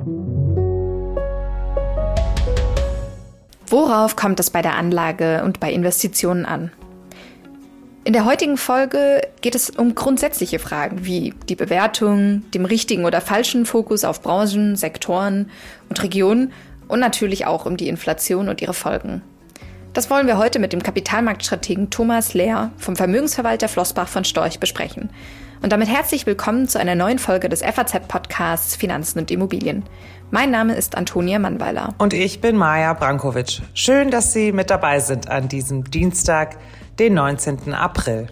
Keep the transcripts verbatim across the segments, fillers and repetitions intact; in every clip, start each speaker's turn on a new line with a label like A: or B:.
A: Worauf kommt es bei der Anlage und bei Investitionen an? In der heutigen Folge geht es um grundsätzliche Fragen wie die Bewertung, dem richtigen oder falschen Fokus auf Branchen, Sektoren und Regionen und natürlich auch um die Inflation und ihre Folgen. Das wollen wir heute mit dem Kapitalmarktstrategen Thomas Lehr vom Vermögensverwalter Flossbach von Storch besprechen. Und damit herzlich willkommen zu einer neuen Folge des F A Z-Podcasts Finanzen und Immobilien. Mein Name ist Antonia Mannweiler.
B: Und ich bin Maja Brankovic. Schön, dass Sie mit dabei sind an diesem Dienstag, den neunzehnten April.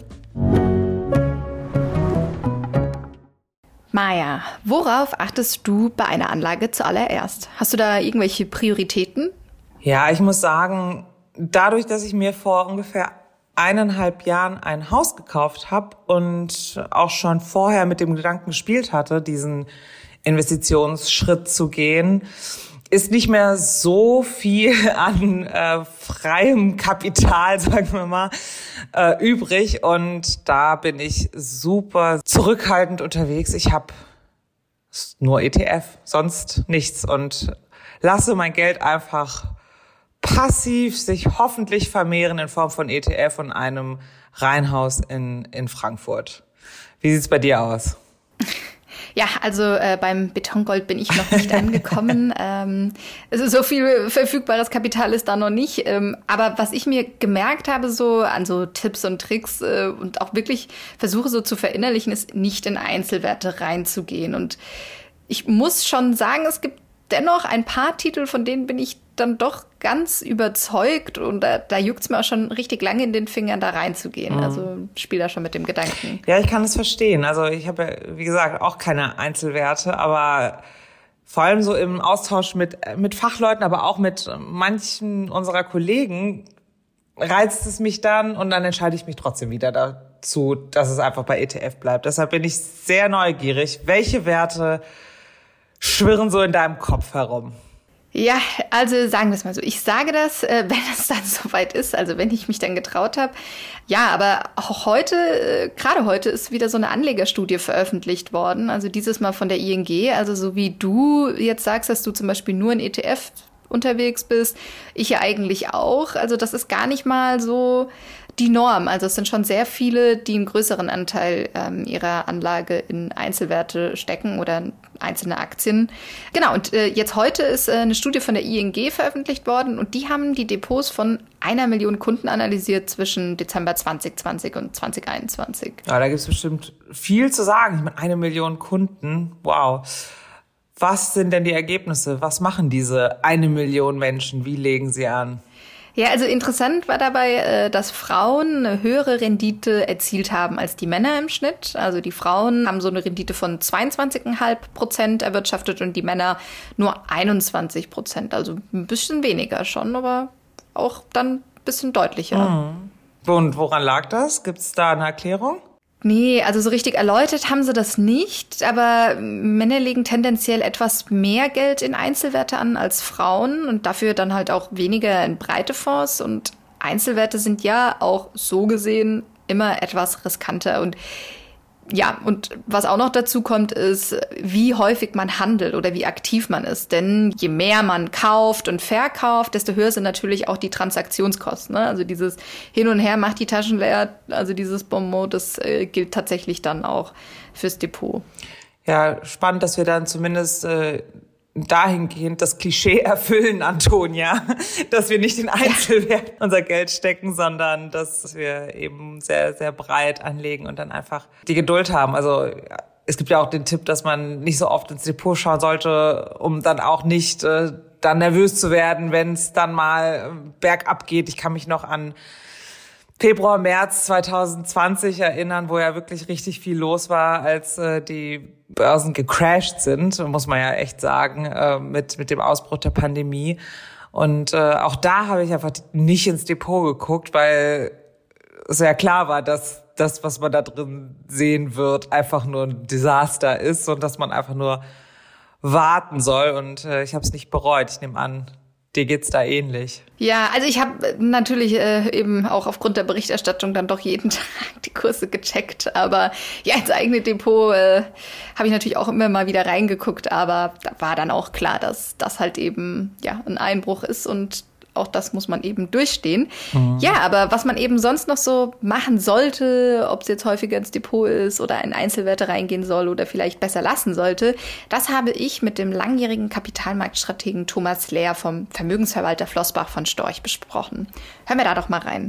A: Maja, worauf achtest du bei einer Anlage zuallererst? Hast du da irgendwelche Prioritäten?
B: Ja, ich muss sagen, dadurch, dass ich mir vor ungefähr eineinhalb Jahren ein Haus gekauft habe und auch schon vorher mit dem Gedanken gespielt hatte, diesen Investitionsschritt zu gehen, ist nicht mehr so viel an äh, freiem Kapital, sagen wir mal, äh, übrig. Und da bin ich super zurückhaltend unterwegs. Ich habe nur E T F, sonst nichts und lasse mein Geld einfach passiv sich hoffentlich vermehren in Form von E T F und einem Reihenhaus in, in Frankfurt. Wie sieht's bei dir aus?
A: Ja, also äh, beim Betongold bin ich noch nicht angekommen. ähm, also so viel verfügbares Kapital ist da noch nicht. Ähm, aber was ich mir gemerkt habe, so an so Tipps und Tricks äh, und auch wirklich versuche so zu verinnerlichen, ist nicht in Einzelwerte reinzugehen. Und ich muss schon sagen, es gibt dennoch ein paar Titel, von denen bin ich dann doch ganz überzeugt und da, da juckt's mir auch schon richtig lange in den Fingern, da reinzugehen. Mhm. Also spiel da schon mit dem Gedanken.
B: Ja, ich kann es verstehen. Also ich habe ja, wie gesagt, auch keine Einzelwerte, aber vor allem so im Austausch mit mit Fachleuten, aber auch mit manchen unserer Kollegen reizt es mich dann und dann entscheide ich mich trotzdem wieder dazu, dass es einfach bei E T F bleibt. Deshalb bin ich sehr neugierig. Welche Werte schwirren so in deinem Kopf herum?
A: Ja, also sagen wir es mal so. Ich sage das, äh, wenn es dann soweit ist, also wenn ich mich dann getraut habe. Ja, aber auch heute, äh, gerade heute ist wieder so eine Anlegerstudie veröffentlicht worden. Also dieses Mal von der I N G. Also so wie du jetzt sagst, dass du zum Beispiel nur in E T F unterwegs bist, ich ja eigentlich auch. Also das ist gar nicht mal so die Norm. Also es sind schon sehr viele, die einen größeren Anteil ähm, ihrer Anlage in Einzelwerte stecken oder einzelne Aktien. Genau, und äh, jetzt heute ist äh, eine Studie von der I N G veröffentlicht worden und die haben die Depots von einer Million Kunden analysiert zwischen Dezember zwanzig zwanzig und zwanzig einundzwanzig.
B: Ja, da gibt es bestimmt viel zu sagen. Ich meine, eine Million Kunden, wow. Was sind denn die Ergebnisse? Was machen diese eine Million Menschen? Wie legen sie an?
A: Ja, also interessant war dabei, dass Frauen eine höhere Rendite erzielt haben als die Männer im Schnitt. Also die Frauen haben so eine Rendite von zweiundzwanzig Komma fünf Prozent erwirtschaftet und die Männer nur einundzwanzig Prozent. Also ein bisschen weniger schon, aber auch dann ein bisschen deutlicher.
B: Mhm. Und woran lag das? Gibt es da eine Erklärung?
A: Nee, also so richtig erläutert haben sie das nicht, aber Männer legen tendenziell etwas mehr Geld in Einzelwerte an als Frauen und dafür dann halt auch weniger in breite Fonds und Einzelwerte sind ja auch so gesehen immer etwas riskanter und ja, und was auch noch dazu kommt, ist, wie häufig man handelt oder wie aktiv man ist. Denn je mehr man kauft und verkauft, desto höher sind natürlich auch die Transaktionskosten. Ne? Also dieses Hin und Her macht die Taschen leer, also dieses Bonmot, das äh, gilt tatsächlich dann auch fürs Depot.
B: Ja, spannend, dass wir dann zumindest äh, dahingehend das Klischee erfüllen, Antonia, dass wir nicht in Einzelwerten unser Geld stecken, sondern dass wir eben sehr, sehr breit anlegen und dann einfach die Geduld haben. Also es gibt ja auch den Tipp, dass man nicht so oft ins Depot schauen sollte, um dann auch nicht äh, dann nervös zu werden, wenn es dann mal bergab geht. Ich kann mich noch an Februar, März zwanzig zwanzig erinnern, wo ja wirklich richtig viel los war, als äh, die Börsen gecrashed sind, muss man ja echt sagen, äh, mit mit dem Ausbruch der Pandemie. Und äh, auch da habe ich einfach nicht ins Depot geguckt, weil es ja klar war, dass das, was man da drin sehen wird, einfach nur ein Desaster ist und dass man einfach nur warten soll. Und äh, ich habe es nicht bereut. Ich nehme an, Dir geht's da ähnlich?
A: Ja, also ich habe natürlich äh, eben auch aufgrund der Berichterstattung dann doch jeden Tag die Kurse gecheckt. Aber ja, ins eigene Depot äh, habe ich natürlich auch immer mal wieder reingeguckt. Aber da war dann auch klar, dass das halt eben ja ein Einbruch ist und auch das muss man eben durchstehen. Mhm. Ja, aber was man eben sonst noch so machen sollte, ob es jetzt häufiger ins Depot ist oder in Einzelwerte reingehen soll oder vielleicht besser lassen sollte, das habe ich mit dem langjährigen Kapitalmarktstrategen Thomas Lehr vom Vermögensverwalter Flossbach von Storch besprochen. Hören wir da doch mal rein.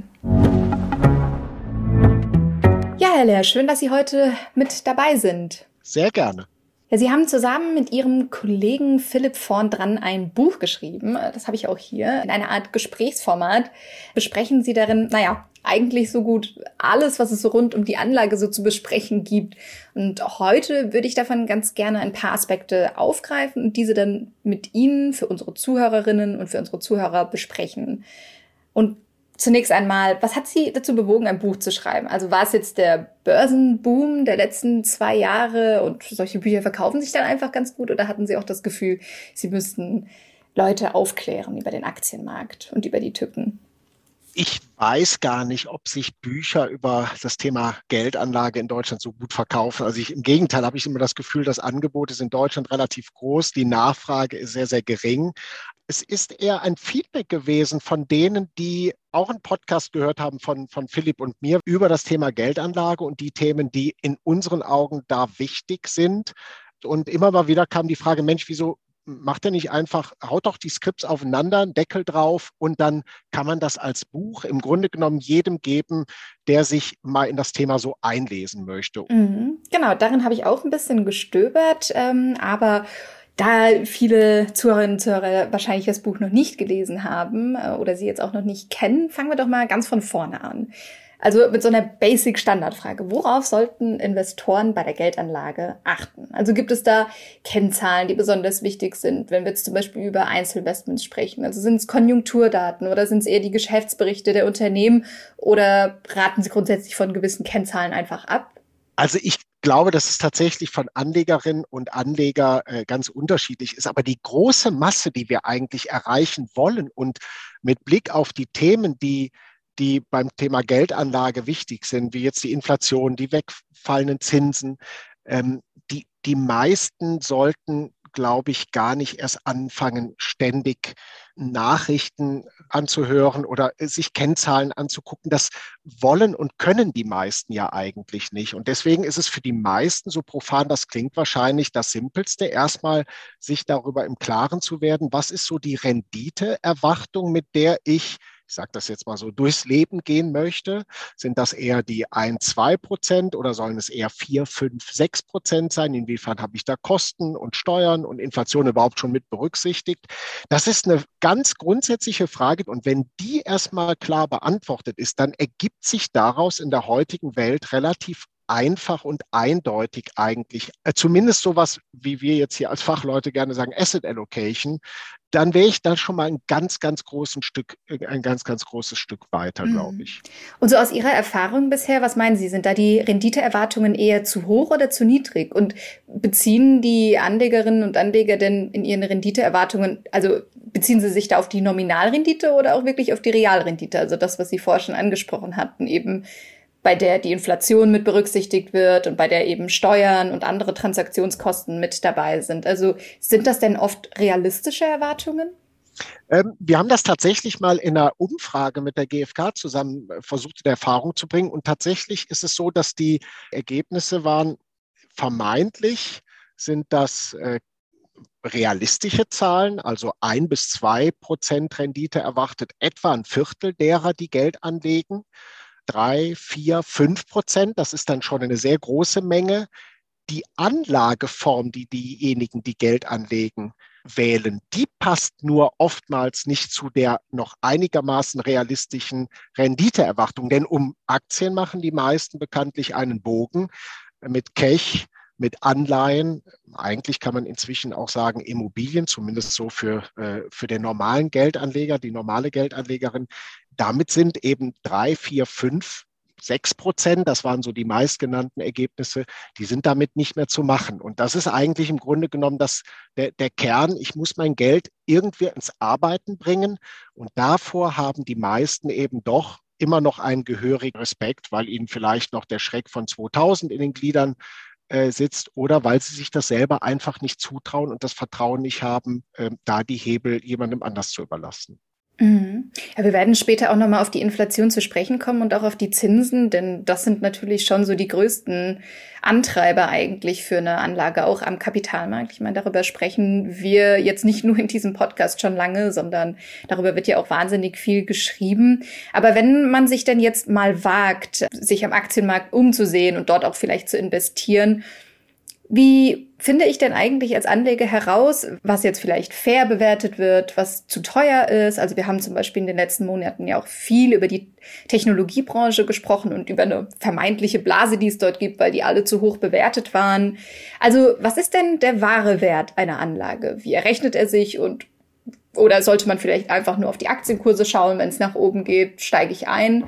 A: Ja, Herr Lehr, schön, dass Sie heute mit dabei sind.
C: Sehr gerne.
A: Ja, Sie haben zusammen mit Ihrem Kollegen Philipp vorn dran ein Buch geschrieben. Das habe ich auch hier. In einer Art Gesprächsformat besprechen Sie darin, naja, eigentlich so gut alles, was es so rund um die Anlage so zu besprechen gibt. Und auch heute würde ich davon ganz gerne ein paar Aspekte aufgreifen und diese dann mit Ihnen für unsere Zuhörerinnen und für unsere Zuhörer besprechen. Und zunächst einmal, was hat Sie dazu bewogen, ein Buch zu schreiben? Also war es jetzt der Börsenboom der letzten zwei Jahre und solche Bücher verkaufen sich dann einfach ganz gut oder hatten Sie auch das Gefühl, Sie müssten Leute aufklären über den Aktienmarkt und über die Tücken?
C: Ich weiß gar nicht, ob sich Bücher über das Thema Geldanlage in Deutschland so gut verkaufen. Also ich, im Gegenteil habe ich immer das Gefühl, das Angebot ist in Deutschland relativ groß, die Nachfrage ist sehr, sehr gering. Es ist eher ein Feedback gewesen von denen, die auch einen Podcast gehört haben von, von Philipp und mir über das Thema Geldanlage und die Themen, die in unseren Augen da wichtig sind. Und immer mal wieder kam die Frage, Mensch, wieso macht er nicht einfach, haut doch die Skripts aufeinander, einen Deckel drauf und dann kann man das als Buch im Grunde genommen jedem geben, der sich mal in das Thema so einlesen möchte.
A: Mhm. Genau, darin habe ich auch ein bisschen gestöbert, ähm, aber da viele Zuhörerinnen und Zuhörer wahrscheinlich das Buch noch nicht gelesen haben äh, oder sie jetzt auch noch nicht kennen, fangen wir doch mal ganz von vorne an. Also mit so einer Basic-Standardfrage. Worauf sollten Investoren bei der Geldanlage achten? Also gibt es da Kennzahlen, die besonders wichtig sind, wenn wir jetzt zum Beispiel über Einzelinvestments sprechen? Also sind es Konjunkturdaten oder sind es eher die Geschäftsberichte der Unternehmen oder raten Sie grundsätzlich von gewissen Kennzahlen einfach ab?
C: Also ich glaube, dass es tatsächlich von Anlegerinnen und Anleger äh, ganz unterschiedlich ist. Aber die große Masse, die wir eigentlich erreichen wollen und mit Blick auf die Themen, die die beim Thema Geldanlage wichtig sind, wie jetzt die Inflation, die wegfallenden Zinsen, ähm, die, die meisten sollten, glaube ich, gar nicht erst anfangen, ständig Nachrichten anzuhören oder sich Kennzahlen anzugucken. Das wollen und können die meisten ja eigentlich nicht. Und deswegen ist es für die meisten, so profan das klingt, wahrscheinlich das Simpelste, erstmal sich darüber im Klaren zu werden, was ist so die Renditeerwartung, mit der ich ich sage das jetzt mal so, durchs Leben gehen möchte? Sind das eher die ein, zwei Prozent oder sollen es eher vier, fünf, sechs Prozent sein? Inwiefern habe ich da Kosten und Steuern und Inflation überhaupt schon mit berücksichtigt? Das ist eine ganz grundsätzliche Frage. Und wenn die erstmal klar beantwortet ist, dann ergibt sich daraus in der heutigen Welt relativ einfach und eindeutig eigentlich, äh, zumindest sowas, wie wir jetzt hier als Fachleute gerne sagen, Asset Allocation, dann wäre ich dann schon mal ein ganz, ganz großes Stück, ein ganz, ganz großes Stück weiter, mhm. glaube ich.
A: Und so aus Ihrer Erfahrung bisher, was meinen Sie, sind da die Renditeerwartungen eher zu hoch oder zu niedrig? Und beziehen die Anlegerinnen und Anleger denn in ihren Renditeerwartungen, also beziehen sie sich da auf die Nominalrendite oder auch wirklich auf die Realrendite? Also das, was Sie vorher schon angesprochen hatten, eben bei der die Inflation mit berücksichtigt wird und bei der eben Steuern und andere Transaktionskosten mit dabei sind. Also sind das denn oft realistische Erwartungen?
C: Ähm, wir haben das tatsächlich mal in einer Umfrage mit der G f K zusammen versucht, in Erfahrung zu bringen. Und tatsächlich ist es so, dass die Ergebnisse waren, vermeintlich sind das äh, realistische Zahlen, also ein bis zwei Prozent Rendite erwartet etwa ein Viertel derer, die Geld anlegen. Drei, vier, fünf Prozent, das ist dann schon eine sehr große Menge. Die Anlageform, die diejenigen, die Geld anlegen, wählen, die passt nur oftmals nicht zu der noch einigermaßen realistischen Renditeerwartung. Denn um Aktien machen die meisten bekanntlich einen Bogen mit Cash, mit Anleihen. Eigentlich kann man inzwischen auch sagen Immobilien, zumindest so für, äh, für den normalen Geldanleger, die normale Geldanlegerin. Damit sind eben drei, vier, fünf sechs Prozent, das waren so die meistgenannten Ergebnisse, die sind damit nicht mehr zu machen. Und das ist eigentlich im Grunde genommen das, der, der Kern. Ich muss mein Geld irgendwie ins Arbeiten bringen. Und davor haben die meisten eben doch immer noch einen gehörigen Respekt, weil ihnen vielleicht noch der Schreck von zweitausend in den Gliedern äh, sitzt oder weil sie sich das selber einfach nicht zutrauen und das Vertrauen nicht haben, äh, da die Hebel jemandem anders zu überlassen.
A: Mhm. Ja, wir werden später auch nochmal auf die Inflation zu sprechen kommen und auch auf die Zinsen, denn das sind natürlich schon so die größten Antreiber eigentlich für eine Anlage, auch am Kapitalmarkt. Ich meine, darüber sprechen wir jetzt nicht nur in diesem Podcast schon lange, sondern darüber wird ja auch wahnsinnig viel geschrieben. Aber wenn man sich denn jetzt mal wagt, sich am Aktienmarkt umzusehen und dort auch vielleicht zu investieren, wie finde ich denn eigentlich als Anleger heraus, was jetzt vielleicht fair bewertet wird, was zu teuer ist? Also wir haben zum Beispiel in den letzten Monaten ja auch viel über die Technologiebranche gesprochen und über eine vermeintliche Blase, die es dort gibt, weil die alle zu hoch bewertet waren. Also was ist denn der wahre Wert einer Anlage? Wie errechnet er sich und oder sollte man vielleicht einfach nur auf die Aktienkurse schauen, wenn es nach oben geht, steige ich ein?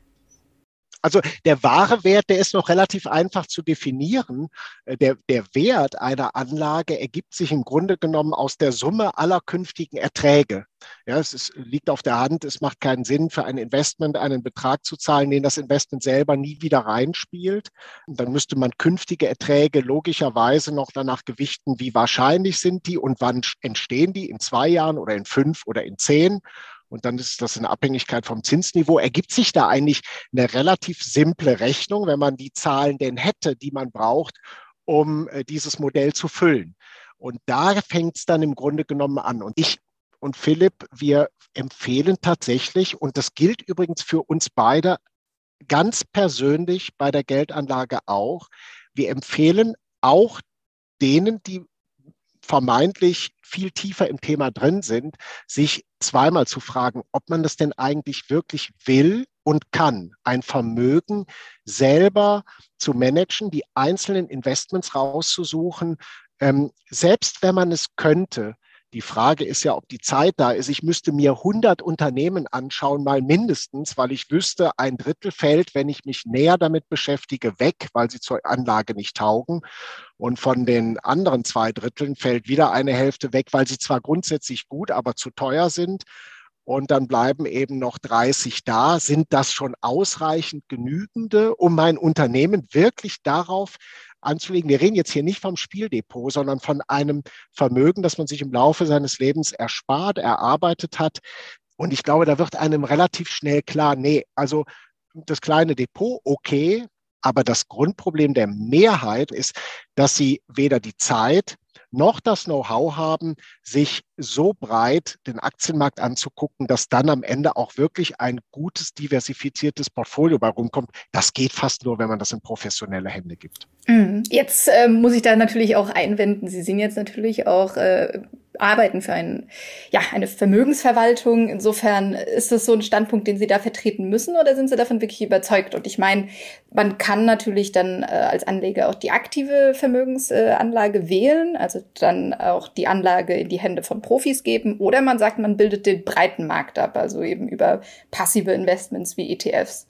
C: Also der wahre Wert, der ist noch relativ einfach zu definieren. Der, der Wert einer Anlage ergibt sich im Grunde genommen aus der Summe aller künftigen Erträge. Ja, es ist, liegt auf der Hand, es macht keinen Sinn, für ein Investment einen Betrag zu zahlen, den das Investment selber nie wieder reinspielt. Und dann müsste man künftige Erträge logischerweise noch danach gewichten, wie wahrscheinlich sind die und wann entstehen die, in zwei Jahren oder in fünf oder in zehn. Und dann ist das in Abhängigkeit vom Zinsniveau. Ergibt sich da eigentlich eine relativ simple Rechnung, wenn man die Zahlen denn hätte, die man braucht, um dieses Modell zu füllen. Und da fängt es dann im Grunde genommen an. Und ich und Philipp, wir empfehlen tatsächlich, und das gilt übrigens für uns beide ganz persönlich bei der Geldanlage auch, wir empfehlen auch denen, die vermeintlich viel tiefer im Thema drin sind, sich zweimal zu fragen, ob man das denn eigentlich wirklich will und kann, ein Vermögen selber zu managen, die einzelnen Investments rauszusuchen, ähm, selbst wenn man es könnte. Die Frage ist ja, ob die Zeit da ist. Ich müsste mir hundert Unternehmen anschauen, mal mindestens, weil ich wüsste, ein Drittel fällt, wenn ich mich näher damit beschäftige, weg, weil sie zur Anlage nicht taugen. Und von den anderen zwei Dritteln fällt wieder eine Hälfte weg, weil sie zwar grundsätzlich gut, aber zu teuer sind. Und dann bleiben eben noch dreißig da. Sind das schon ausreichend genügende, um mein Unternehmen wirklich darauf anzulegen? Wir reden jetzt hier nicht vom Spieldepot, sondern von einem Vermögen, das man sich im Laufe seines Lebens erspart, erarbeitet hat. Und ich glaube, da wird einem relativ schnell klar, nee, also das kleine Depot, okay, aber das Grundproblem der Mehrheit ist, dass sie weder die Zeit noch das Know-how haben, sich so breit den Aktienmarkt anzugucken, dass dann am Ende auch wirklich ein gutes, diversifiziertes Portfolio bei rumkommt. Das geht fast nur, wenn man das in professionelle Hände gibt.
A: Jetzt äh, muss ich da natürlich auch einwenden. Sie sind jetzt natürlich auch äh, arbeiten für ein, ja, eine Vermögensverwaltung. Insofern ist das so ein Standpunkt, den Sie da vertreten müssen, oder sind Sie davon wirklich überzeugt? Und ich meine, man kann natürlich dann äh, als Anleger auch die aktive Vermögensanlage äh, wählen, also dann auch die Anlage in die Hände von Profis geben, oder man sagt, man bildet den breiten Markt ab, also eben über passive Investments wie E T Fs.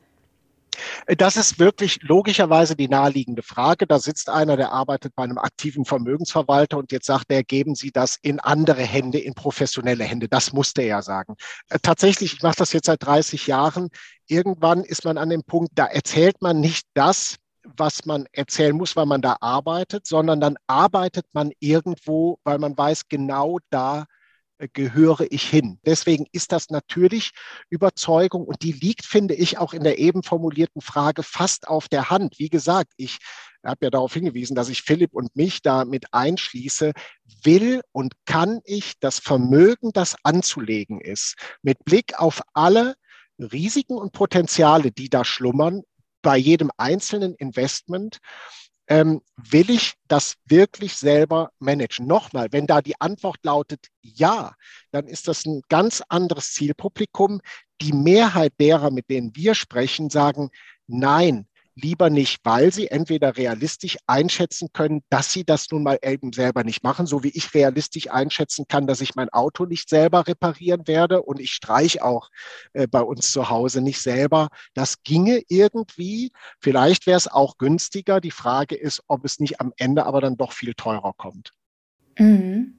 C: Das ist wirklich logischerweise die naheliegende Frage. Da sitzt einer, der arbeitet bei einem aktiven Vermögensverwalter und jetzt sagt er, geben Sie das in andere Hände, in professionelle Hände. Das musste er ja sagen. Tatsächlich, ich mache das jetzt seit dreißig Jahren. Irgendwann ist man an dem Punkt, da erzählt man nicht das, was man erzählen muss, weil man da arbeitet, sondern dann arbeitet man irgendwo, weil man weiß, genau da gehöre ich hin. Deswegen ist das natürlich Überzeugung und die liegt, finde ich, auch in der eben formulierten Frage fast auf der Hand. Wie gesagt, ich habe ja darauf hingewiesen, dass ich Philipp und mich da mit einschließe. Will und kann ich das Vermögen, das anzulegen ist, mit Blick auf alle Risiken und Potenziale, die da schlummern, bei jedem einzelnen Investment, Ähm, will ich das wirklich selber managen? Nochmal, wenn da die Antwort lautet ja, dann ist das ein ganz anderes Zielpublikum. Die Mehrheit derer, mit denen wir sprechen, sagen nein, lieber nicht, weil sie entweder realistisch einschätzen können, dass sie das nun mal eben selber nicht machen, so wie ich realistisch einschätzen kann, dass ich mein Auto nicht selber reparieren werde und ich streiche auch äh, bei uns zu Hause nicht selber. Das ginge irgendwie. Vielleicht wäre es auch günstiger. Die Frage ist, ob es nicht am Ende aber dann doch viel teurer kommt.
A: Mhm.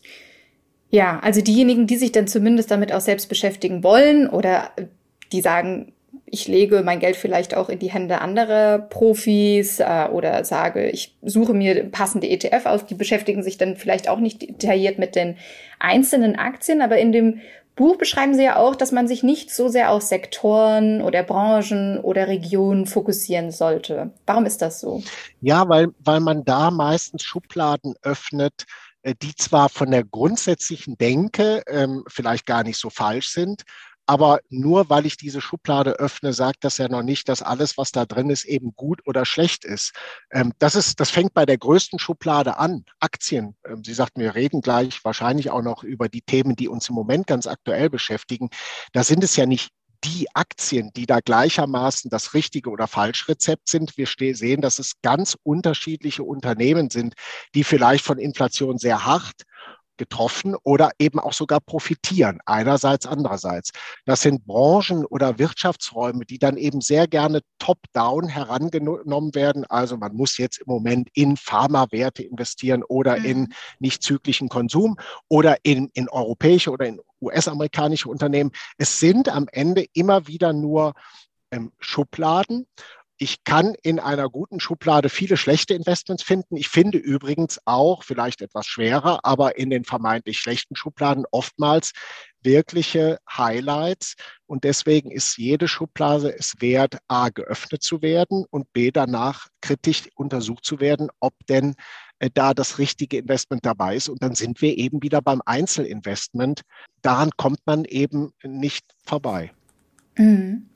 A: Ja, also diejenigen, die sich dann zumindest damit auch selbst beschäftigen wollen oder die sagen, ich lege mein Geld vielleicht auch in die Hände anderer Profis äh, oder sage, ich suche mir passende E T F aus, die beschäftigen sich dann vielleicht auch nicht detailliert mit den einzelnen Aktien, aber in dem Buch beschreiben Sie ja auch, dass man sich nicht so sehr auf Sektoren oder Branchen oder Regionen fokussieren sollte. Warum ist das so?
C: Ja, weil, weil man da meistens Schubladen öffnet, die zwar von der grundsätzlichen Denke ähm, vielleicht gar nicht so falsch sind, aber nur weil ich diese Schublade öffne, sagt das ja noch nicht, dass alles, was da drin ist, eben gut oder schlecht ist. Ähm, das ist, das fängt bei der größten Schublade an, Aktien. Ähm, Sie sagten, wir reden gleich wahrscheinlich auch noch über die Themen, die uns im Moment ganz aktuell beschäftigen. Da sind es ja nicht die Aktien, die da gleichermaßen das richtige oder falsche Rezept sind. Wir sehen, dass es ganz unterschiedliche Unternehmen sind, die vielleicht von Inflation sehr hart getroffen oder eben auch sogar profitieren, einerseits, andererseits. Das sind Branchen oder Wirtschaftsräume, die dann eben sehr gerne top-down herangenommen werden. Also man muss jetzt im Moment in Pharmawerte investieren oder mhm. in nicht zyklischen Konsum oder in, in europäische oder in U S-amerikanische Unternehmen. Es sind am Ende immer wieder nur ähm, Schubladen. Ich kann in einer guten Schublade viele schlechte Investments finden. Ich finde übrigens auch, vielleicht etwas schwerer, aber in den vermeintlich schlechten Schubladen oftmals wirkliche Highlights. Und deswegen ist jede Schublade es wert, A, geöffnet zu werden und B, danach kritisch untersucht zu werden, ob denn äh, da das richtige Investment dabei ist. Und dann sind wir eben wieder beim Einzelinvestment. Daran kommt man eben nicht vorbei.
A: Mhm.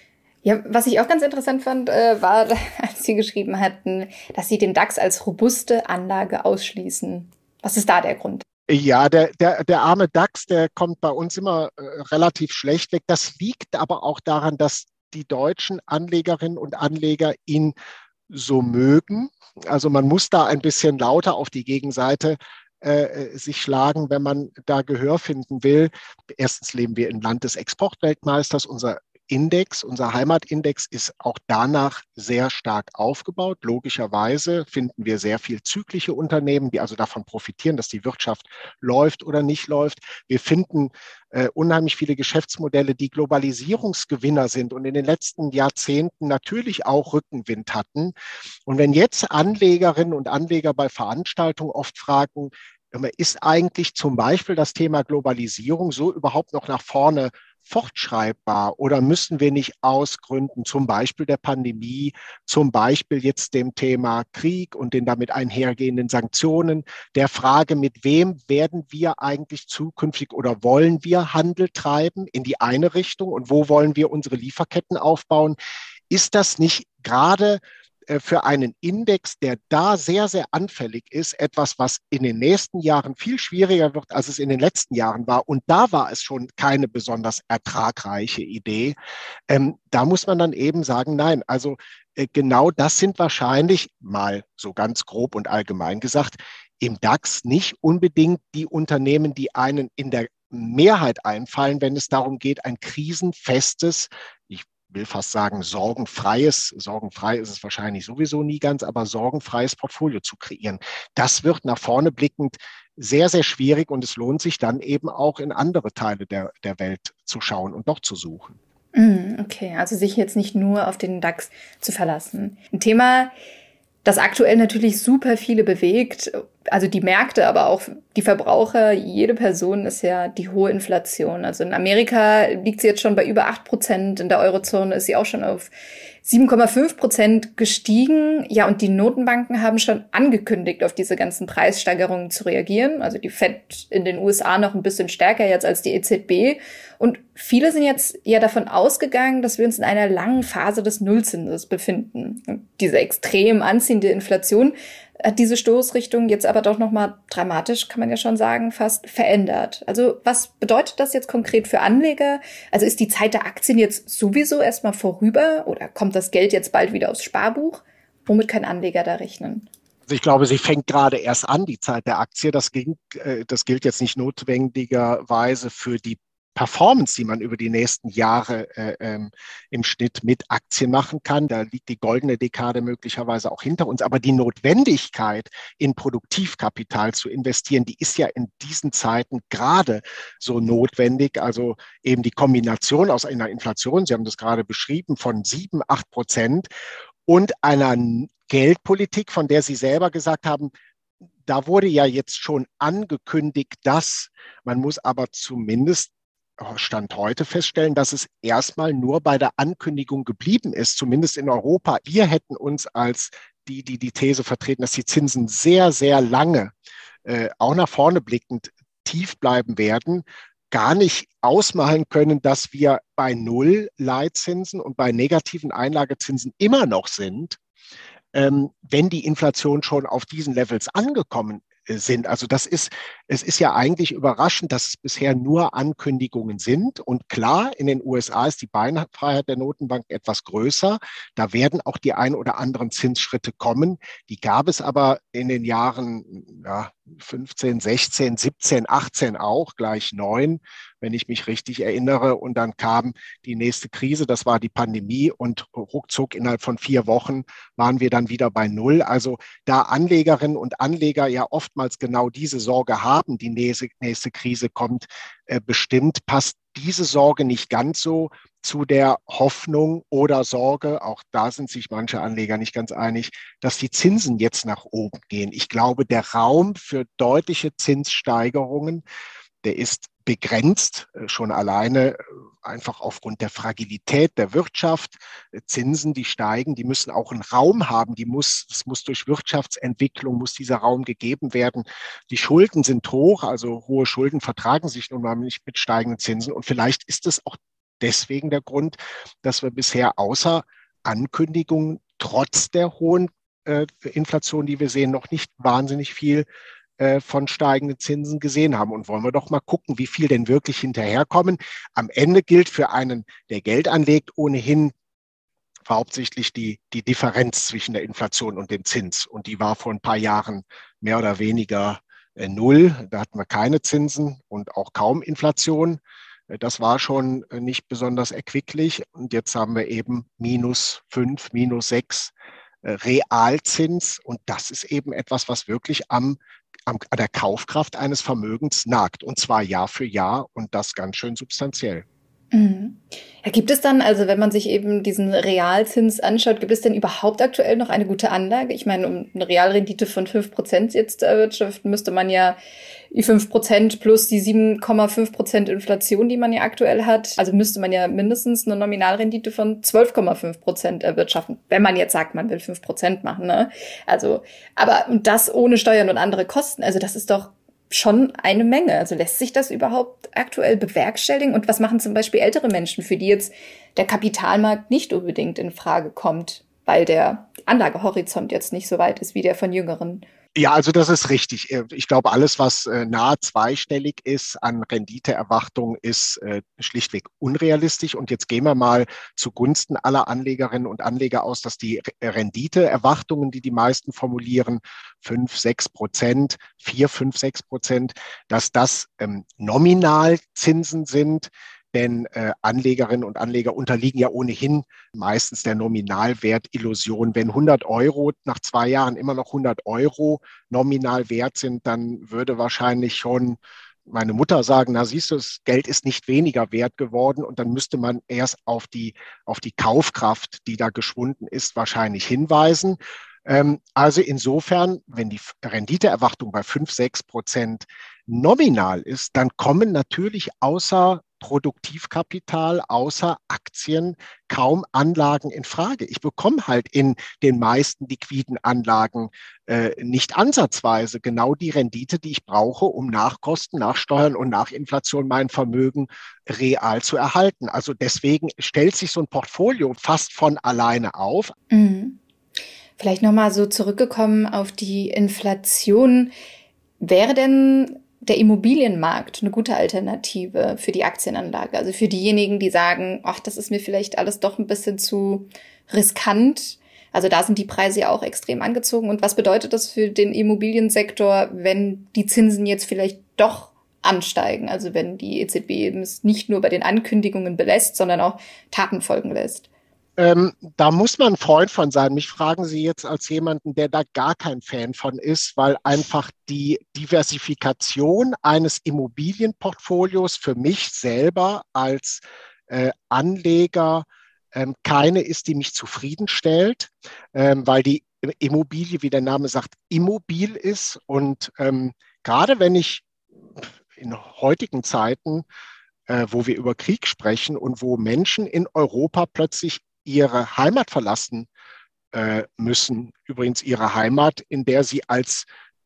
A: Ja, was ich auch ganz interessant fand, äh, war, als Sie geschrieben hatten, dass Sie den DAX als robuste Anlage ausschließen. Was ist da der Grund?
C: Ja, der, der, der arme DAX, der kommt bei uns immer äh, relativ schlecht weg. Das liegt aber auch daran, dass die deutschen Anlegerinnen und Anleger ihn so mögen. Also man muss da ein bisschen lauter auf die Gegenseite äh, sich schlagen, wenn man da Gehör finden will. Erstens leben wir im Land des Exportweltmeisters. Unser Index, unser Heimatindex ist auch danach sehr stark aufgebaut. Logischerweise finden wir sehr viel zyklische Unternehmen, die also davon profitieren, dass die Wirtschaft läuft oder nicht läuft. Wir finden äh, unheimlich viele Geschäftsmodelle, die Globalisierungsgewinner sind und in den letzten Jahrzehnten natürlich auch Rückenwind hatten. Und wenn jetzt Anlegerinnen und Anleger bei Veranstaltungen oft fragen, ist eigentlich zum Beispiel das Thema Globalisierung so überhaupt noch nach vorne fortschreibbar oder müssen wir nicht aus Gründen zum Beispiel der Pandemie, zum Beispiel jetzt dem Thema Krieg und den damit einhergehenden Sanktionen, der Frage, mit wem werden wir eigentlich zukünftig oder wollen wir Handel treiben in die eine Richtung und wo wollen wir unsere Lieferketten aufbauen? Ist das nicht gerade für einen Index, der da sehr, sehr anfällig ist, etwas, was in den nächsten Jahren viel schwieriger wird, als es in den letzten Jahren war. Und da war es schon keine besonders ertragreiche Idee. Ähm, da muss man dann eben sagen, nein, also äh, genau das sind wahrscheinlich, mal so ganz grob und allgemein gesagt, im DAX nicht unbedingt die Unternehmen, die einen in der Mehrheit einfallen, wenn es darum geht, ein krisenfestes, ich will fast sagen, sorgenfreies, sorgenfrei ist es wahrscheinlich sowieso nie ganz, aber sorgenfreies Portfolio zu kreieren. Das wird nach vorne blickend sehr, sehr schwierig und es lohnt sich dann eben auch in andere Teile der, der Welt zu schauen und dort zu suchen.
A: Okay, also sich jetzt nicht nur auf den DAX zu verlassen. Ein Thema, das aktuell natürlich super viele bewegt, also die Märkte, aber auch die Verbraucher, jede Person, ist ja die hohe Inflation. Also in Amerika liegt sie jetzt schon bei über acht Prozent, in der Eurozone ist sie auch schon auf sieben Komma fünf Prozent gestiegen. Ja, und die Notenbanken haben schon angekündigt, auf diese ganzen Preissteigerungen zu reagieren. Also die Fed in den U S A noch ein bisschen stärker jetzt als die E Z B. Und viele sind jetzt ja davon ausgegangen, dass wir uns in einer langen Phase des Nullzinses befinden. Und diese extrem anziehende Inflation hat diese Stoßrichtung jetzt aber doch nochmal dramatisch, kann man ja schon sagen, fast verändert. Also was bedeutet das jetzt konkret für Anleger? Also ist die Zeit der Aktien jetzt sowieso erstmal vorüber oder kommt das Geld jetzt bald wieder aufs Sparbuch? Womit kann Anleger da rechnen?
C: Also ich glaube, sie fängt gerade erst an, die Zeit der Aktie. Das gilt, das gilt jetzt nicht notwendigerweise für die Performance, die man über die nächsten Jahre äh, ähm, im Schnitt mit Aktien machen kann. Da liegt die goldene Dekade möglicherweise auch hinter uns. Aber die Notwendigkeit, in Produktivkapital zu investieren, die ist ja in diesen Zeiten gerade so notwendig. Also eben die Kombination aus einer Inflation, Sie haben das gerade beschrieben, von sieben, acht Prozent und einer Geldpolitik, von der Sie selber gesagt haben, da wurde ja jetzt schon angekündigt, dass man muss aber zumindest Stand heute feststellen, dass es erstmal nur bei der Ankündigung geblieben ist, zumindest in Europa. Wir hätten uns als die, die die These vertreten, dass die Zinsen sehr, sehr lange, äh, auch nach vorne blickend, tief bleiben werden, gar nicht ausmalen können, dass wir bei Null Leitzinsen und bei negativen Einlagezinsen immer noch sind, ähm, wenn die Inflation schon auf diesen Levels angekommen sind. Also das ist, es ist ja eigentlich überraschend, dass es bisher nur Ankündigungen sind. Und klar, in den U S A ist die Beinfreiheit der Notenbank etwas größer. Da werden auch die ein oder anderen Zinsschritte kommen. Die gab es aber in den Jahren ja, fünfzehn, sechzehn, siebzehn, achtzehn auch, gleich neun, wenn ich mich richtig erinnere. Und dann kam die nächste Krise, das war die Pandemie und ruckzuck innerhalb von vier Wochen waren wir dann wieder bei Null. Also da Anlegerinnen und Anleger ja oftmals genau diese Sorge haben, die nächste, nächste Krise kommt, äh, bestimmt passt diese Sorge nicht ganz so zu der Hoffnung oder Sorge, auch da sind sich manche Anleger nicht ganz einig, dass die Zinsen jetzt nach oben gehen. Ich glaube, der Raum für deutliche Zinssteigerungen, der ist begrenzt, schon alleine einfach aufgrund der Fragilität der Wirtschaft. Zinsen, die steigen, die müssen auch einen Raum haben. Die muss, es muss durch Wirtschaftsentwicklung, muss dieser Raum gegeben werden. Die Schulden sind hoch, also hohe Schulden vertragen sich nun mal nicht mit steigenden Zinsen. Und vielleicht ist es auch deswegen der Grund, dass wir bisher außer Ankündigungen trotz der hohen äh, Inflation, die wir sehen, noch nicht wahnsinnig viel von steigenden Zinsen gesehen haben. Und wollen wir doch mal gucken, wie viel denn wirklich hinterherkommen. Am Ende gilt für einen, der Geld anlegt, ohnehin hauptsächlich die, die Differenz zwischen der Inflation und dem Zins. Und die war vor ein paar Jahren mehr oder weniger äh, null. Da hatten wir keine Zinsen und auch kaum Inflation. Das war schon nicht besonders erquicklich. Und jetzt haben wir eben minus fünf, minus sechs äh, Realzins. Und das ist eben etwas, was wirklich am an der Kaufkraft eines Vermögens nagt, und zwar Jahr für Jahr und das ganz schön substanziell.
A: Mhm. Ja, gibt es dann, also wenn man sich eben diesen Realzins anschaut, gibt es denn überhaupt aktuell noch eine gute Anlage? Ich meine, um eine Realrendite von fünf Prozent jetzt zu erwirtschaften, müsste man ja die fünf Prozent plus die sieben Komma fünf Prozent Inflation, die man ja aktuell hat, also müsste man ja mindestens eine Nominalrendite von zwölf Komma fünf Prozent erwirtschaften, wenn man jetzt sagt, man will fünf Prozent machen, ne? Also, aber das ohne Steuern und andere Kosten, also das ist doch schon eine Menge. Also lässt sich das überhaupt aktuell bewerkstelligen? Und was machen zum Beispiel ältere Menschen, für die jetzt der Kapitalmarkt nicht unbedingt in Frage kommt, weil der Anlagehorizont jetzt nicht so weit ist wie der von Jüngeren?
C: Ja, also das ist richtig. Ich glaube, alles, was äh, nahe zweistellig ist an Renditeerwartung, ist äh, schlichtweg unrealistisch. Und jetzt gehen wir mal zugunsten aller Anlegerinnen und Anleger aus, dass die Renditeerwartungen, die die meisten formulieren, fünf, sechs Prozent, vier, fünf, sechs Prozent, dass das ähm, Nominalzinsen sind. Denn äh, Anlegerinnen und Anleger unterliegen ja ohnehin meistens der Nominalwertillusion. Wenn hundert Euro nach zwei Jahren immer noch hundert Euro nominal wert sind, dann würde wahrscheinlich schon meine Mutter sagen, na siehst du, das Geld ist nicht weniger wert geworden, und dann müsste man erst auf die, auf die Kaufkraft, die da geschwunden ist, wahrscheinlich hinweisen. Ähm, also insofern, wenn die Renditeerwartung bei fünf, sechs Prozent nominal ist, dann kommen natürlich außer Produktivkapital, außer Aktien kaum Anlagen in Frage. Ich bekomme halt in den meisten liquiden Anlagen äh, nicht ansatzweise genau die Rendite, die ich brauche, um nach Kosten, nach Steuern und nach Inflation mein Vermögen real zu erhalten. Also deswegen stellt sich so ein Portfolio fast von alleine auf.
A: Mhm. Vielleicht nochmal so zurückgekommen auf die Inflation. Wäre denn der Immobilienmarkt eine gute Alternative für die Aktienanlage? Also für diejenigen, die sagen, ach, das ist mir vielleicht alles doch ein bisschen zu riskant. Also da sind die Preise ja auch extrem angezogen. Und was bedeutet das für den Immobiliensektor, wenn die Zinsen jetzt vielleicht doch ansteigen? Also wenn die E Z B es nicht nur bei den Ankündigungen belässt, sondern auch Taten folgen lässt?
C: Ähm, da muss man ein Freund von sein. Mich fragen Sie jetzt als jemanden, der da gar kein Fan von ist, weil einfach die Diversifikation eines Immobilienportfolios für mich selber als äh, Anleger ähm, keine ist, die mich zufriedenstellt, ähm, weil die Immobilie, wie der Name sagt, immobil ist. Und ähm, gerade wenn ich in heutigen Zeiten, äh, wo wir über Krieg sprechen und wo Menschen in Europa plötzlich ihre Heimat verlassen äh, müssen. Übrigens ihre Heimat, in der sie als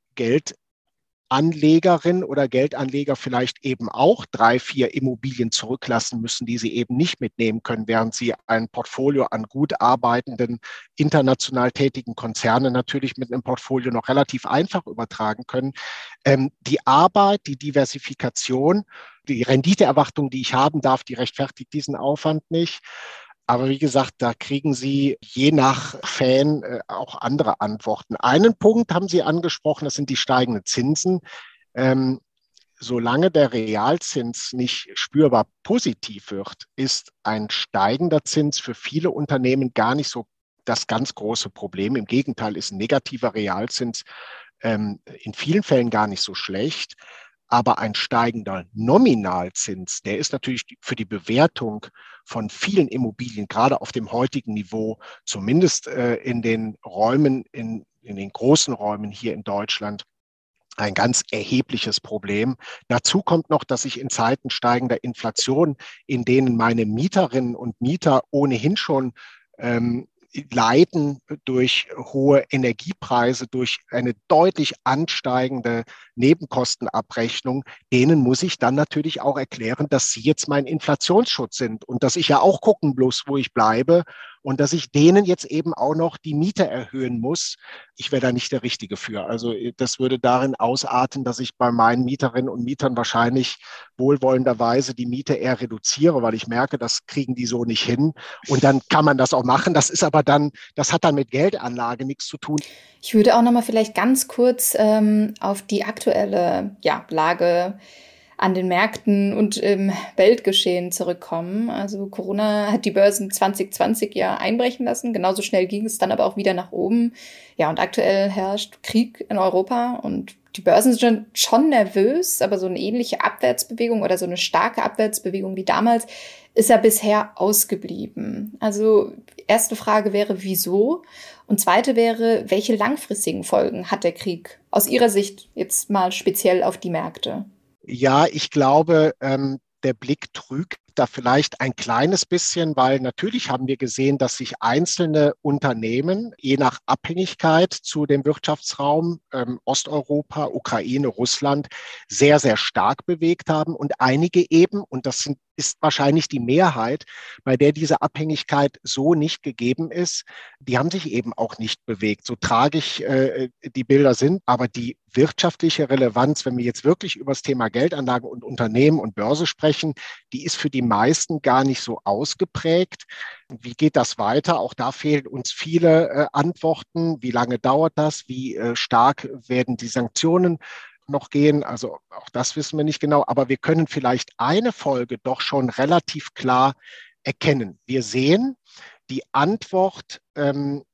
C: Geldanlegerin oder Geldanleger vielleicht eben auch drei, vier Immobilien zurücklassen müssen, die sie eben nicht mitnehmen können, während sie ein Portfolio an gut arbeitenden, international tätigen Konzernen natürlich mit einem Portfolio noch relativ einfach übertragen können. Ähm, die Arbeit, die Diversifikation, die Renditeerwartung, die ich haben darf, die rechtfertigt diesen Aufwand nicht. Aber wie gesagt, da kriegen Sie je nach Fan äh, auch andere Antworten. Einen Punkt haben Sie angesprochen, das sind die steigenden Zinsen. Ähm, solange der Realzins nicht spürbar positiv wird, ist ein steigender Zins für viele Unternehmen gar nicht so das ganz große Problem. Im Gegenteil ist ein negativer Realzins ähm, in vielen Fällen gar nicht so schlecht. Aber ein steigender Nominalzins, der ist natürlich für die Bewertung von vielen Immobilien, gerade auf dem heutigen Niveau, zumindest äh, in den Räumen, in, in den großen Räumen hier in Deutschland, ein ganz erhebliches Problem. Dazu kommt noch, dass ich in Zeiten steigender Inflation, in denen meine Mieterinnen und Mieter ohnehin schon ähm, leiden durch hohe Energiepreise, durch eine deutlich ansteigende Nebenkostenabrechnung, denen muss ich dann natürlich auch erklären, dass sie jetzt mein Inflationsschutz sind und dass ich ja auch gucken muss, wo ich bleibe und dass ich denen jetzt eben auch noch die Miete erhöhen muss. Ich wäre da nicht der Richtige für. Also das würde darin ausarten, dass ich bei meinen Mieterinnen und Mietern wahrscheinlich wohlwollenderweise die Miete eher reduziere, weil ich merke, das kriegen die so nicht hin. Und dann kann man das auch machen. Das ist aber dann, das hat dann mit Geldanlage nichts zu tun.
A: Ich würde auch noch mal vielleicht ganz kurz ähm, auf die aktuelle ja, Lage an den Märkten und im Weltgeschehen zurückkommen. Also Corona hat die Börsen zwanzig zwanzig ja einbrechen lassen. Genauso schnell ging es dann aber auch wieder nach oben. Ja, und aktuell herrscht Krieg in Europa und die Börsen sind schon nervös, aber so eine ähnliche Abwärtsbewegung oder so eine starke Abwärtsbewegung wie damals ist ja bisher ausgeblieben. Also erste Frage wäre, wieso? Und zweite wäre, welche langfristigen Folgen hat der Krieg aus Ihrer Sicht jetzt mal speziell auf die Märkte?
C: Ja, ich glaube, ähm, der Blick trügt da vielleicht ein kleines bisschen, weil natürlich haben wir gesehen, dass sich einzelne Unternehmen je nach Abhängigkeit zu dem Wirtschaftsraum ähm, Osteuropa, Ukraine, Russland sehr, sehr stark bewegt haben und einige eben, und das sind, ist wahrscheinlich die Mehrheit, bei der diese Abhängigkeit so nicht gegeben ist, die haben sich eben auch nicht bewegt. So tragisch äh, die Bilder sind, aber die wirtschaftliche Relevanz, wenn wir jetzt wirklich über das Thema Geldanlagen und Unternehmen und Börse sprechen, die ist für die meisten gar nicht so ausgeprägt. Wie geht das weiter? Auch da fehlen uns viele äh, Antworten. Wie lange dauert das? Wie äh, stark werden die Sanktionen noch gehen? Also auch das wissen wir nicht genau. Aber wir können vielleicht eine Folge doch schon relativ klar erkennen. Wir sehen die Antwort ähm,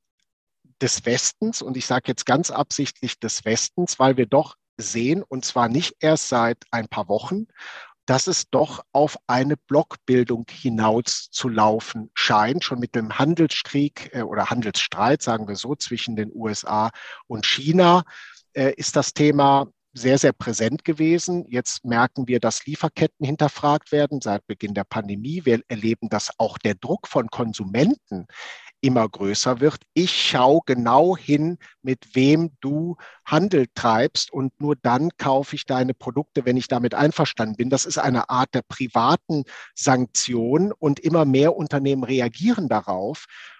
C: des Westens, und ich sage jetzt ganz absichtlich des Westens, weil wir doch sehen, und zwar nicht erst seit ein paar Wochen, dass es doch auf eine Blockbildung hinaus zu laufen scheint, schon mit dem Handelskrieg äh, oder Handelsstreit, sagen wir so, zwischen den U S A und China äh, ist das Thema sehr, sehr präsent gewesen. Jetzt merken wir, dass Lieferketten hinterfragt werden seit Beginn der Pandemie. Wir erleben, dass auch der Druck von Konsumenten immer größer wird. Ich schaue genau hin, mit wem du Handel treibst und nur dann kaufe ich deine Produkte, wenn ich damit einverstanden bin. Das ist eine Art der privaten Sanktion und immer mehr Unternehmen reagieren darauf.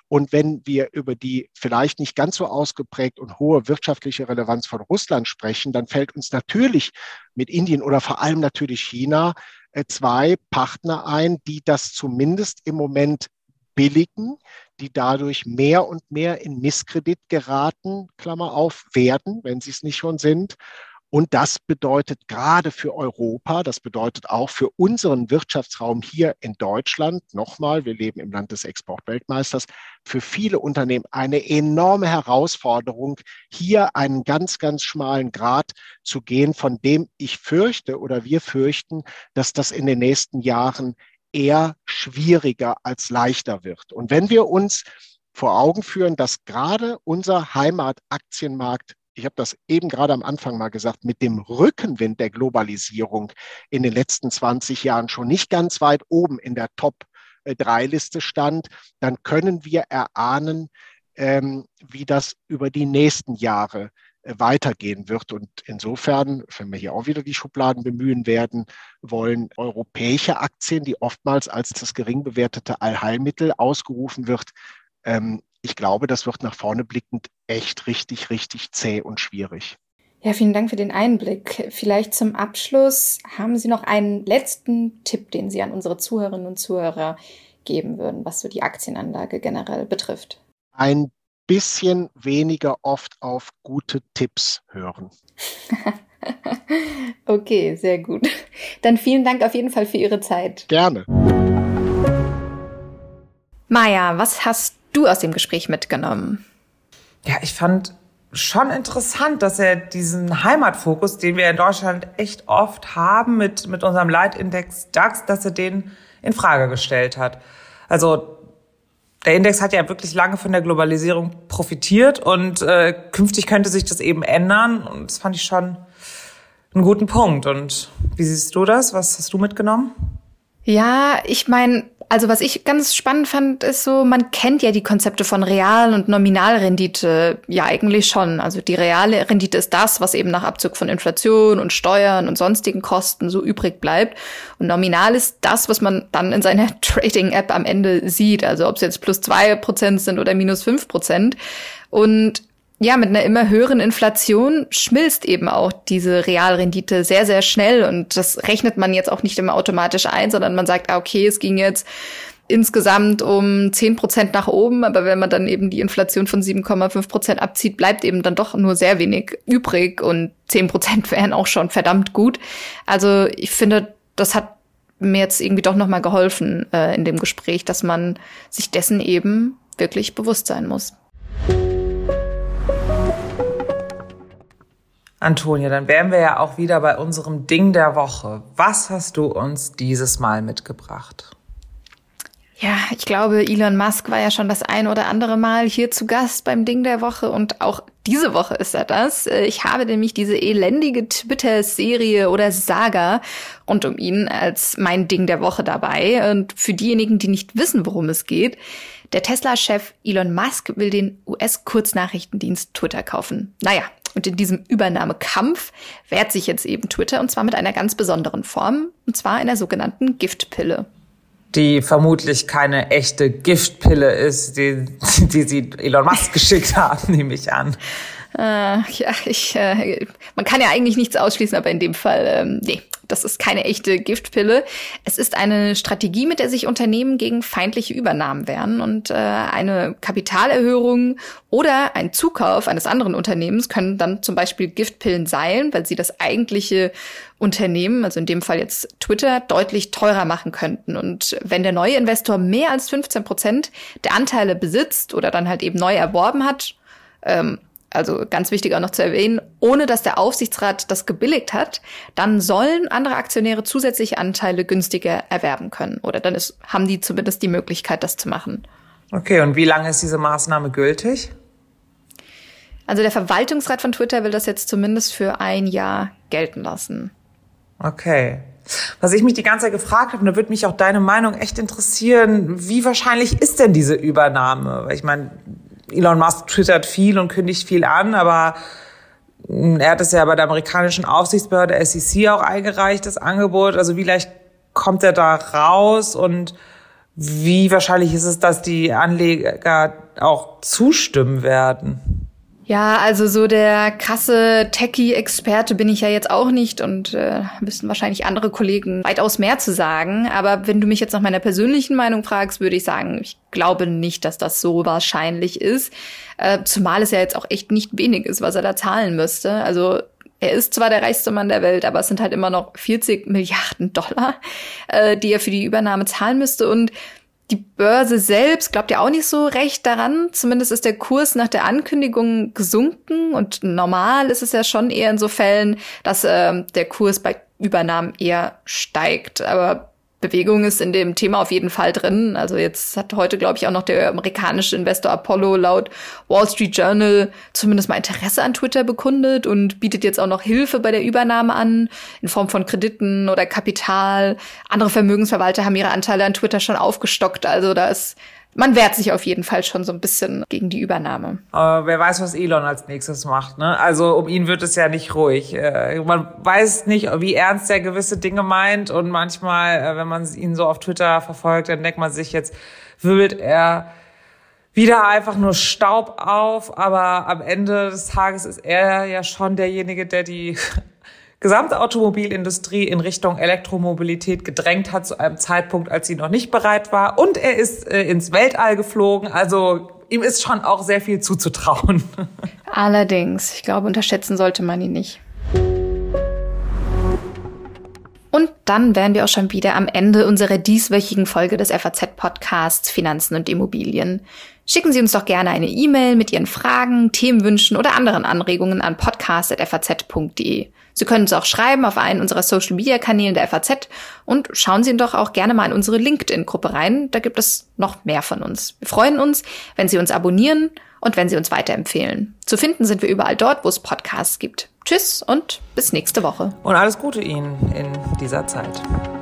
C: Und wenn wir über die vielleicht nicht ganz so ausgeprägt und hohe wirtschaftliche Relevanz von Russland sprechen, dann fällt uns natürlich mit Indien oder vor allem natürlich China äh, zwei Partner ein, die das zumindest im Moment billigen, die dadurch mehr und mehr in Misskredit geraten, Klammer auf, werden, wenn sie es nicht schon sind. Und das bedeutet gerade für Europa, das bedeutet auch für unseren Wirtschaftsraum hier in Deutschland, nochmal, wir leben im Land des Exportweltmeisters, für viele Unternehmen eine enorme Herausforderung, hier einen ganz, ganz schmalen Grat zu gehen, von dem ich fürchte oder wir fürchten, dass das in den nächsten Jahren eher schwieriger als leichter wird. Und wenn wir uns vor Augen führen, dass gerade unser Heimataktienmarkt, ich habe das eben gerade am Anfang mal gesagt, mit dem Rückenwind der Globalisierung in den letzten zwanzig Jahren schon nicht ganz weit oben in der Top drei Liste stand, dann können wir erahnen, ähm, wie das über die nächsten Jahre äh, weitergehen wird. Und insofern, wenn wir hier auch wieder die Schubladen bemühen werden wollen, europäische Aktien, die oftmals als das gering bewertete Allheilmittel ausgerufen wird, ähm, ich glaube, das wird nach vorne blickend echt richtig, richtig zäh und schwierig.
A: Ja, vielen Dank für den Einblick. Vielleicht zum Abschluss, haben Sie noch einen letzten Tipp, den Sie an unsere Zuhörerinnen und Zuhörer geben würden, was so die Aktienanlage generell betrifft?
C: Ein bisschen weniger oft auf gute Tipps hören.
A: Okay, sehr gut. Dann vielen Dank auf jeden Fall für Ihre Zeit.
C: Gerne.
A: Maja, was hast du aus dem Gespräch mitgenommen?
B: Ja, ich fand schon interessant, dass er diesen Heimatfokus, den wir in Deutschland echt oft haben mit, mit unserem Leitindex DAX, dass er den in Frage gestellt hat. Also der Index hat ja wirklich lange von der Globalisierung profitiert und äh, künftig könnte sich das eben ändern. Und das fand ich schon einen guten Punkt. Und wie siehst du das? Was hast du mitgenommen?
A: Ja, ich meine, also was ich ganz spannend fand, ist so, man kennt ja die Konzepte von Real- und Nominalrendite ja eigentlich schon. Also die reale Rendite ist das, was eben nach Abzug von Inflation und Steuern und sonstigen Kosten so übrig bleibt. Und nominal ist das, was man dann in seiner Trading-App am Ende sieht. Also ob es jetzt plus zwei Prozent sind oder minus fünf Prozent. Und ja, mit einer immer höheren Inflation schmilzt eben auch diese Realrendite sehr, sehr schnell. Und das rechnet man jetzt auch nicht immer automatisch ein, sondern man sagt, ah, okay, es ging jetzt insgesamt um zehn Prozent nach oben. Aber wenn man dann eben die Inflation von sieben Komma fünf Prozent abzieht, bleibt eben dann doch nur sehr wenig übrig. Und zehn Prozent wären auch schon verdammt gut. Also ich finde, das hat mir jetzt irgendwie doch nochmal geholfen äh, in dem Gespräch, dass man sich dessen eben wirklich bewusst sein muss.
B: Antonia, dann wären wir ja auch wieder bei unserem Ding der Woche. Was hast du uns dieses Mal mitgebracht?
A: Ja, ich glaube, Elon Musk war ja schon das ein oder andere Mal hier zu Gast beim Ding der Woche und auch diese Woche ist er das. Ich habe nämlich diese elendige Twitter-Serie oder Saga rund um ihn als mein Ding der Woche dabei. Und für diejenigen, die nicht wissen, worum es geht, der Tesla-Chef Elon Musk will den U S-Kurznachrichtendienst Twitter kaufen. Naja, und in diesem Übernahmekampf wehrt sich jetzt eben Twitter und zwar mit einer ganz besonderen Form, und zwar einer sogenannten Giftpille.
B: Die vermutlich keine echte Giftpille ist, die, die sie Elon Musk geschickt haben, nehme ich an.
A: Äh, ja, ich, äh, man kann ja eigentlich nichts ausschließen, aber in dem Fall, ähm, nee, das ist keine echte Giftpille. Es ist eine Strategie, mit der sich Unternehmen gegen feindliche Übernahmen wehren und äh, eine Kapitalerhöhung oder ein Zukauf eines anderen Unternehmens können dann zum Beispiel Giftpillen sein, weil sie das eigentliche Unternehmen, also in dem Fall jetzt Twitter, deutlich teurer machen könnten. Und wenn der neue Investor mehr als fünfzehn Prozent der Anteile besitzt oder dann halt eben neu erworben hat, ähm, also ganz wichtig auch noch zu erwähnen, ohne dass der Aufsichtsrat das gebilligt hat, dann sollen andere Aktionäre zusätzliche Anteile günstiger erwerben können. Oder dann ist, haben die zumindest die Möglichkeit, das zu machen.
B: Okay, und wie lange ist diese Maßnahme gültig?
A: Also der Verwaltungsrat von Twitter will das jetzt zumindest für ein Jahr gelten lassen.
B: Okay. Was ich mich die ganze Zeit gefragt habe, und da würde mich auch deine Meinung echt interessieren, wie wahrscheinlich ist denn diese Übernahme? Weil ich meine, Elon Musk twittert viel und kündigt viel an, aber er hat es ja bei der amerikanischen Aufsichtsbehörde S E C auch eingereicht, das Angebot. Also wie leicht kommt er da raus und Wie wahrscheinlich ist es, dass die Anleger auch zustimmen werden?
A: Ja, also so der krasse Techie-Experte bin ich ja jetzt auch nicht und äh, müssten wahrscheinlich andere Kollegen weitaus mehr zu sagen. Aber wenn du mich jetzt nach meiner persönlichen Meinung fragst, würde ich sagen, ich glaube nicht, dass das so wahrscheinlich ist. Äh, zumal es ja jetzt auch echt nicht wenig ist, was er da zahlen müsste. Also er ist zwar der reichste Mann der Welt, aber es sind halt immer noch vierzig Milliarden Dollar, äh, die er für die Übernahme zahlen müsste. Und die Börse selbst glaubt ja auch nicht so recht daran. Zumindest ist der Kurs nach der Ankündigung gesunken. Und normal ist es ja schon eher in so Fällen, dass äh, der Kurs bei Übernahmen eher steigt. Aber Bewegung ist in dem Thema auf jeden Fall drin. Also jetzt hat heute, glaube ich, auch noch der amerikanische Investor Apollo laut Wall Street Journal zumindest mal Interesse an Twitter bekundet und bietet jetzt auch noch Hilfe bei der Übernahme an, in Form von Krediten oder Kapital. Andere Vermögensverwalter haben ihre Anteile an Twitter schon aufgestockt. Also da ist man wehrt sich auf jeden Fall schon so ein bisschen gegen die Übernahme.
B: Aber wer weiß, was Elon als nächstes macht, ne? Also um ihn wird es ja nicht ruhig. Äh, man weiß nicht, wie ernst er gewisse Dinge meint und manchmal, äh, wenn man ihn so auf Twitter verfolgt, dann denkt man sich, jetzt wirbelt er wieder einfach nur Staub auf, aber am Ende des Tages ist er ja schon derjenige, der die gesamte Automobilindustrie in Richtung Elektromobilität gedrängt hat zu einem Zeitpunkt, als sie noch nicht bereit war. Und er ist äh, ins Weltall geflogen. Also ihm ist schon auch sehr viel zuzutrauen.
A: Allerdings, ich glaube, unterschätzen sollte man ihn nicht. Und dann wären wir auch schon wieder am Ende unserer dieswöchigen Folge des F A Z-Podcasts Finanzen und Immobilien. Schicken Sie uns doch gerne eine E-Mail mit Ihren Fragen, Themenwünschen oder anderen Anregungen an podcast at f a z punkt d e. Sie können uns auch schreiben auf einen unserer Social-Media-Kanälen der F A Z und schauen Sie doch auch gerne mal in unsere LinkedIn-Gruppe rein. Da gibt es noch mehr von uns. Wir freuen uns, wenn Sie uns abonnieren und wenn Sie uns weiterempfehlen. Zu finden sind wir überall dort, wo es Podcasts gibt. Tschüss und bis nächste Woche.
B: Und alles Gute Ihnen in dieser Zeit.